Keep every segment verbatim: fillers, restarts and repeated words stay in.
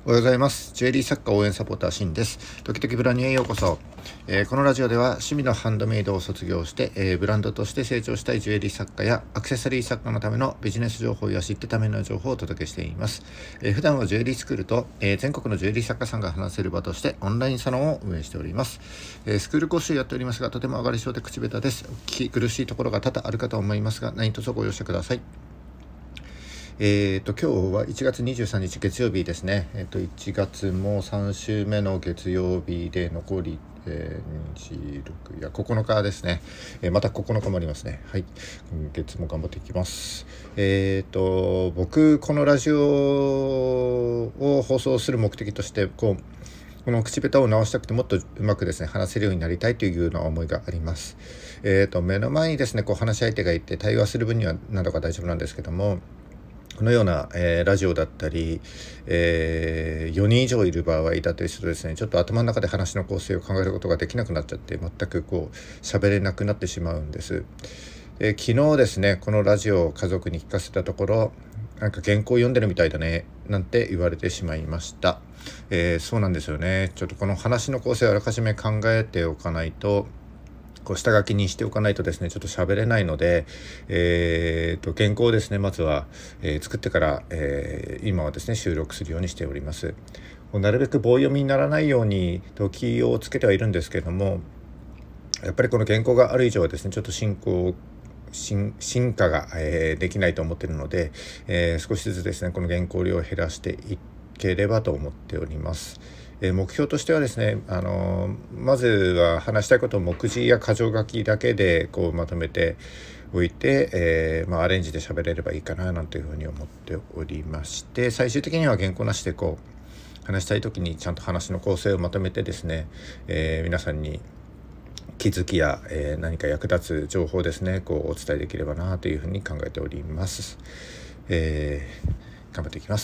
おはようございます。ジュエリー作家応援サポーターシンです。時々ブランニュへようこそ。えーこのラジオでは趣味のハンドメイドを卒業して、えーブランドとして成長したいジュエリー作家やアクセサリー作家のためのビジネス情報や知ってための情報をお届けしています。えー普段はジュエリースクールと、えー全国のジュエリー作家さんが話せる場としてオンラインサロンを運営しております。えースクール講習やっておりますが、とても上がり症で口下手です。お聞き苦しいところが多々あるかと思いますが、何卒ご容赦ください。えーと、今日はいちがつにじゅうさんにち月曜日ですね。えーと、いちがつもさん週目の月曜日で残り、えー、に、ろく、いや、ここのかですね。えーまたここのかもありますね。はい。今月も頑張っていきます。えーと、僕、このラジオを放送する目的として、こう、この口下手を直したくてもっとうまくですね話せるようになりたいというような思いがあります。えーと、目の前にですねこう話し相手がいて対話する分には何とか大丈夫なんですけども、このような、えーラジオだったり、えーよにん以上いる場合だったりするとですね、ちょっと頭の中で話の構成を考えることができなくなっちゃって、全くこう喋れなくなってしまうんです。で昨日ですねこのラジオを家族に聞かせたところ、なんか原稿読んでるみたいだねなんて言われてしまいました。えーそうなんですよね。ちょっとこの話の構成をあらかじめ考えておかないと、こう下書きにしておかないとですねちょっと喋れないので、えー、と原稿をですねまずは、えー作ってから、えー今はですね収録するようにしております。こうなるべく棒読みにならないようにと気をつけてはいるんですけども、やっぱりこの原稿がある以上はですねちょっと進行進進化が、えーできないと思っているので、えー少しずつですねこの原稿量を減らしていければと思っております。えー目標としてはですね、あのーまずは話したいことを目次や箇条書きだけでこうまとめておいて、えーまあ、アレンジで喋れればいいかななんていうふうに思っておりまして、最終的には原稿なしでこう話したい時にちゃんと話の構成をまとめてですね、えー皆さんに気づきや、えー何か役立つ情報ですねこうお伝えできればなというふうに考えております。えー頑張っていきます。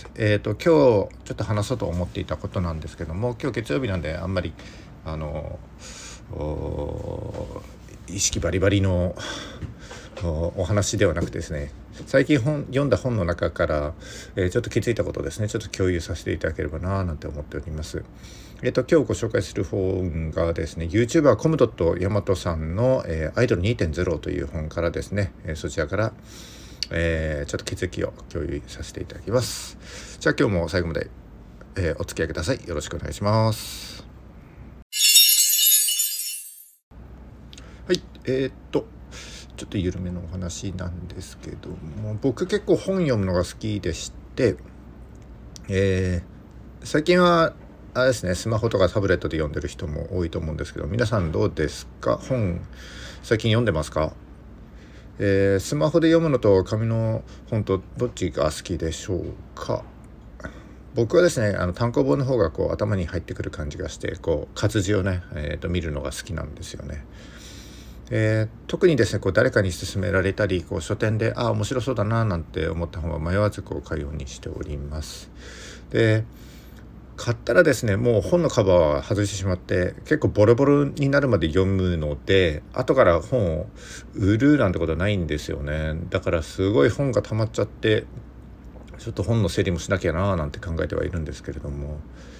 えーと今日ちょっと話そうと思っていたことなんですけども、今日月曜日なんであんまりあのお意識バリバリのおお話ではなくてですね、最近本読んだ本の中から、えーちょっと気づいたことをですねちょっと共有させていただければななんて思っております。えっと今日ご紹介する本がですね YouTuber コムドットヤマトさんの、えーアイドル にてんゼロ という本からですね、えーそちらから、えーちょっと気づきを共有させていただきます。じゃあ今日も最後まで、えーお付き合いください。よろしくお願いします。はい、えーっとちょっと緩めのお話なんですけども、僕結構本読むのが好きでして、えー最近はあれですねスマホとかタブレットで読んでる人も多いと思うんですけど、皆さんどうですか？本最近読んでますか？えースマホで読むのと紙の本とどっちが好きでしょうか？僕はですねあの単行本の方がこう頭に入ってくる感じがして、こう活字をね、えーと見るのが好きなんですよね。えー特にですねこう誰かに勧められたりこう書店であ面白そうだななんて思った本は迷わずこう買うようにしております。で買ったらですねもう本のカバーは外してしまって結構ボロボロになるまで読むので、後から本を売るなんてことはないんですよね。だからすごい本が溜まっちゃって、ちょっと本の整理もしなきゃななんて考えてはいるんですけれども、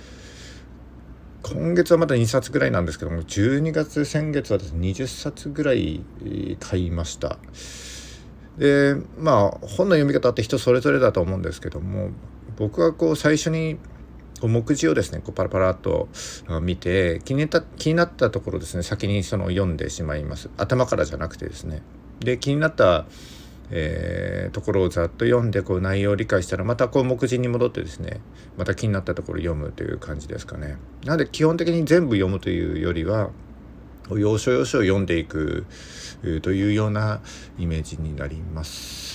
今月はまだにさつぐらいなんですけども、じゅうにがつ先月はですねにじゅっさつぐらい買いました。でまあ本の読み方って人それぞれだと思うんですけども、僕はこう最初にこう目次をですねこうパラパラっとあ見て気になった気になったところですね先にその読んでしまいます。頭からじゃなくてですね。で気になった、えーところをざっと読んでこう内容を理解したら、またこう目次に戻ってですねまた気になったところを読むという感じですかね。なので基本的に全部読むというよりは要所要所を読んでいくというようなイメージになります。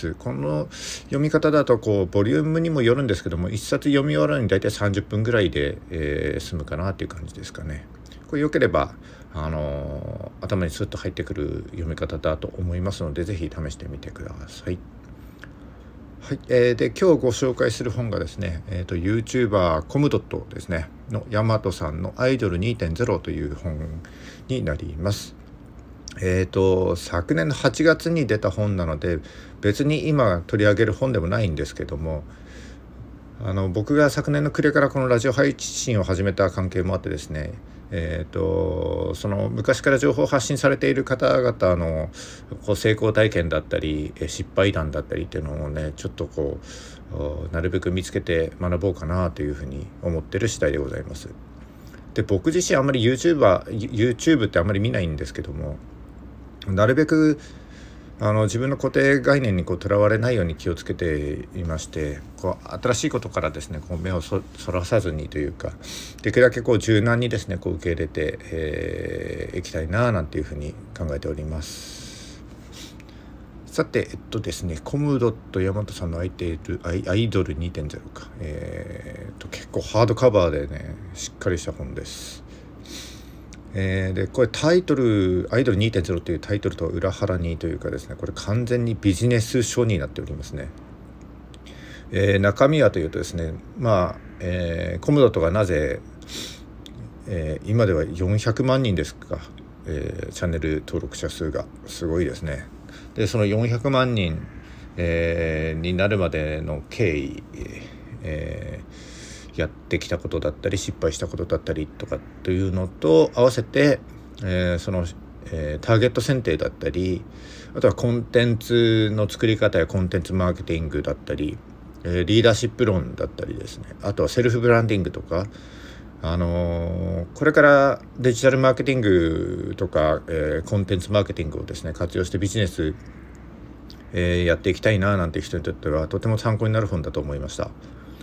この読み方だとこうボリュームにもよるんですけども、一冊読み終わるのに大体さんじゅっぷんぐらいで、えー済むかなという感じですかね。これ良ければ、あのー頭にスッと入ってくる読み方だと思いますので、ぜひ試してみてください。はい、えー、で今日ご紹介する本がですね、えー、と YouTuber コムドットですねのヤマトさんのアイドル にてんゼロ という本になります。えー、と昨年のはちがつに出た本なので別に今取り上げる本でもないんですけども、 あの僕が昨年の暮れからこのラジオ配信を始めた関係もあってですね、えー、とその昔から情報を発信されている方々のこう成功体験だったり失敗談だったりっていうのをね、ちょっとこうなるべく見つけて学ぼうかなというふうに思ってる次第でございます。で、僕自身あんまり YouTuber YouTube ってあんまり見ないんですけども、なるべくあの自分の固定概念にこうとらわれないように気をつけていまして、こう新しいことからですねこう目をそらさずにというか、できるだけこう柔軟にですねこう受け入れてい、えー、きたいななんていうふうに考えております。さてえっとですねコムドット大和さんの空いているアイ、アイドル にてんゼロ か、えー、と結構ハードカバーでねしっかりした本です。えー、でこれタイトルアイドル にてんゼロ というタイトルとは裏腹にというかですね、これ完全にビジネス書になっておりますね。えー、中身はというとですね、まあ、えー、コムドットがなぜ、えー、今ではよんひゃくまんにんですか、えー、チャンネル登録者数がすごいですね。でそのよんひゃくまんにん、えー、になるまでの経緯、えーやってきたことだったり失敗したことだったりとかというのと合わせて、えー、その、えー、ターゲット選定だったり、あとはコンテンツの作り方やコンテンツマーケティングだったり、えー、リーダーシップ論だったりですね、あとはセルフブランディングとか、あのー、これからデジタルマーケティングとか、えー、コンテンツマーケティングをですね活用してビジネス、えー、やっていきたいななんていう人にとってはとても参考になる本だと思いました。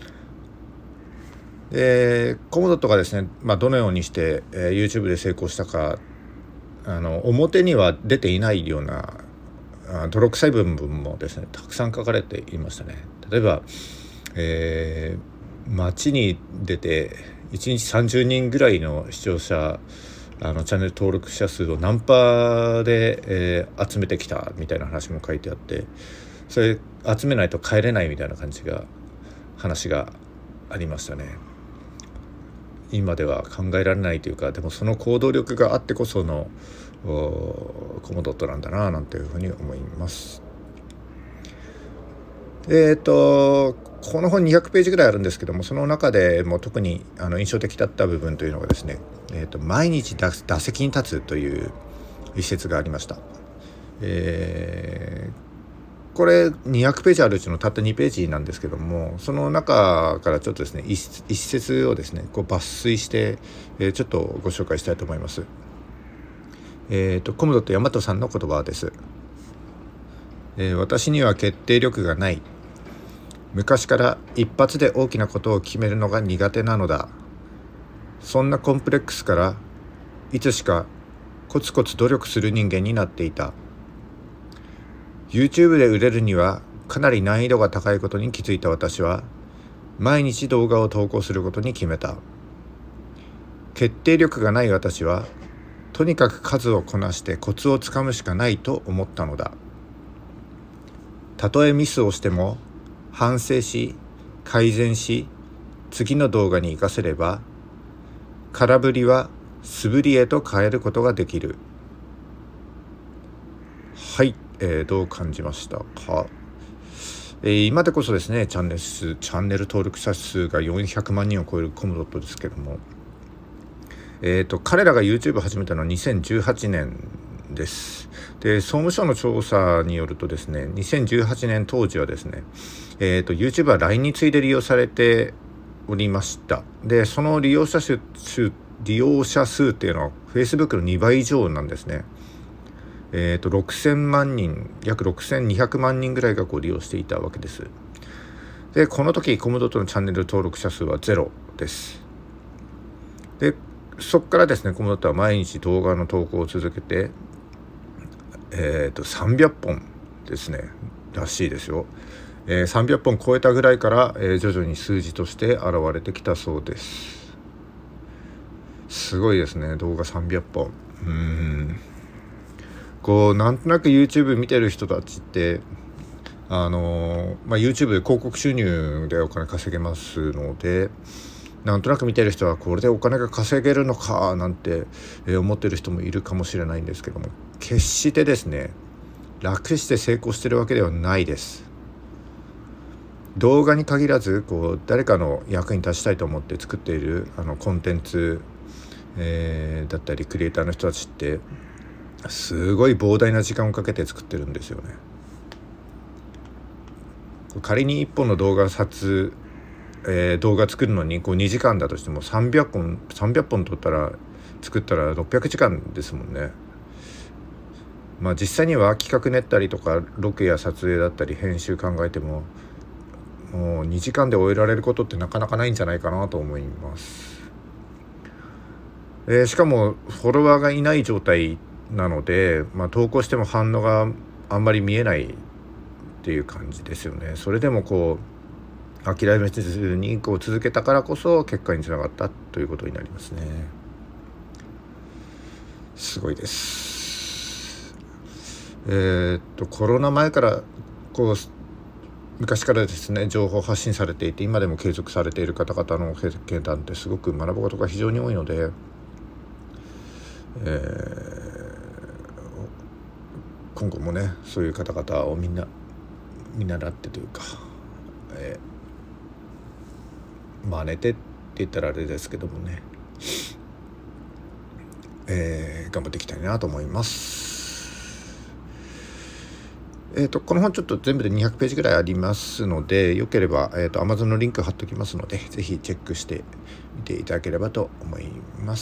でコムドットがですね、まあ、どのようにして、えー、YouTube で成功したか、あの表には出ていないようなあ泥臭い部分もですねたくさん書かれていましたね。例えば、えー、街に出ていちにちさんじゅうにんぐらいの視聴者あのチャンネル登録者数をナンパで、えー、集めてきたみたいな話も書いてあって、それ集めないと帰れないみたいな感じが話がありましたね。今では考えられないというか、でもその行動力があってこそのコムドットなんだななんていうふうに思います。えーとこの本にひゃくページぐらいあるんですけども、その中でも特にあの印象的だった部分というのがですね、えーと毎日打席に立つという一節がありました。えーこれにひゃくページあるうちのたったにページなんですけども、その中からちょっとですね 一, 一節をですねこう抜粋して、えー、ちょっとご紹介したいと思います。えーとコムドット大和さんの言葉です。えー、私には決定力がない。昔から一発で大きなことを決めるのが苦手なのだ。そんなコンプレックスからいつしかコツコツ努力する人間になっていた。YouTube で売れるにはかなり難易度が高いことに気づいた私は毎日動画を投稿することに決めた。決定力がない私はとにかく数をこなしてコツをつかむしかないと思ったのだ。たとえミスをしても反省し改善し次の動画に生かせれば空振りは素振りへと変えることができる。はい、えー、どう感じましたか。えー、今でこそですねチャンネル数チャンネル登録者数がよんひゃくまんにんを超えるコムドットですけども、えーと彼らが YouTube 始めたのはにせんじゅうはちねんです。で総務省の調査によるとですねにせんじゅうはちねん当時はですね、えーと YouTube は ライン に次いで利用されておりました。でその利用者数利用者数っていうのは Facebook のにばい以上なんですね。えーとろくせんまんにん約ろくせんにひゃくまんにんぐらいがこう利用していたわけです。でこの時コムドットのチャンネル登録者数はゼロです。でそこからですねコムドットは毎日動画の投稿を続けて、えーとさんびゃっぽんですねらしいですよ。えー、さんびゃっぽん超えたぐらいから、えー、徐々に数字として現れてきたそうです。すごいですね、動画さんびゃっぽん。うーんこうなんとなく YouTube 見てる人たちってあのーまあ、YouTube で広告収入でお金稼げますので、なんとなく見てる人はこれでお金が稼げるのかなんて思ってる人もいるかもしれないんですけども、決してですね楽して成功してるわけではないです。 動画に限らずこう誰かの役に立ちたいと思って作っているあのコンテンツ、えー、だったりクリエイターの人たちってすごい膨大な時間をかけて作ってるんですよね。仮にいっぽんの動画撮、えー、動画作るのにこうにじかんだとしてもさんびゃっぽんさんびゃっぽん撮ったら作ったらろっぴゃくじかんですもんね。まあ実際には企画練ったりとかロケや撮影だったり編集考えてももうにじかんで終えられることってなかなかないんじゃないかなと思います。えー、しかもフォロワーがいない状態なので、まあ、投稿しても反応があんまり見えないっていう感じですよね。それでもこう諦めずにこう続けたからこそ結果につながったということになりますね。すごいです。えー、っとコロナ前からこう昔からですね情報発信されていて今でも継続されている方々の経験談ってすごく学ぶことが非常に多いので、えー、今後もねそういう方々をみんな見習ってというか、えー、真似てって言ったらあれですけどもね、えー、頑張っていきたいなと思います。えー、とこの本ちょっと全部でにひゃくページぐらいありますのでよければ、えー、と Amazon のリンク貼っておきますのでぜひチェックしてみていただければと思います。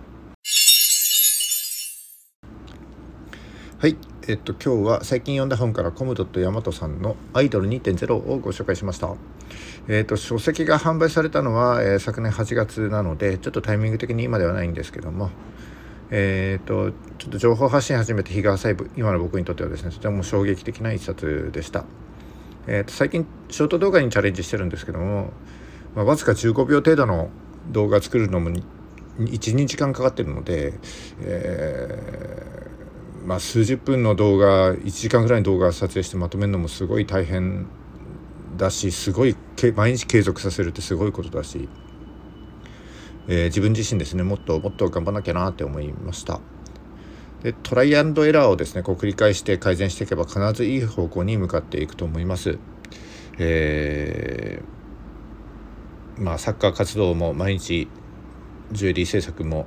はい、えっ、ー、と今日は最近読んだ本からコムドットヤマトさんのアイドル にてんゼロ をご紹介しました。えー、と書籍が販売されたのは、えー、昨年はちがつなのでちょっとタイミング的に今ではないんですけども、えー、とちょっと情報発信始めて日が浅い今の僕にとってはですねとても衝撃的な一冊でした。えー、と最近ショート動画にチャレンジしてるんですけども、まあ、わずかじゅうごびょう程度の動画作るのもいちにじかんかかってるので、えーまあ、数十分の動画いちじかんぐらいの動画を撮影してまとめるのもすごい大変だしすごい毎日継続させるってすごいことだし、えー、自分自身ですねもっともっと頑張らなきゃなって思いました。でトライアンドエラーをですねこう繰り返して改善していけば必ずいい方向に向かっていくと思います。えー、まあサッカー活動も毎日ジュエリー制作も、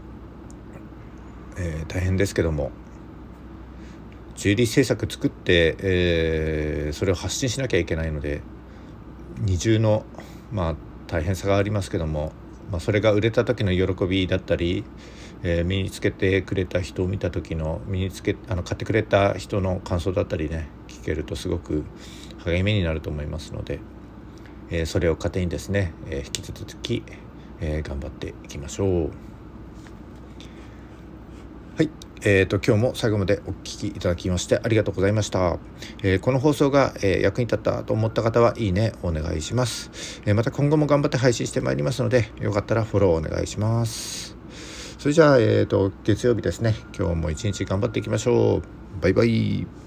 えー、大変ですけどもジュエリー制作作って、えー、それを発信しなきゃいけないので二重のまあ大変さがありますけども、まあ、それが売れた時の喜びだったり、えー、身につけてくれた人を見た時の身につけあの買ってくれた人の感想だったりね聞けるとすごく励みになると思いますので、えー、それを糧にですね、えー、引き続き、えー、頑張っていきましょう。はい、えーと、今日も最後までお聞きいただきましてありがとうございました。えー、この放送が、えー、役に立ったと思った方はいいねお願いします。えー、また今後も頑張って配信してまいりますのでよかったらフォローお願いします。それじゃあ、えーと、月曜日ですね今日も一日頑張っていきましょう。バイバイ。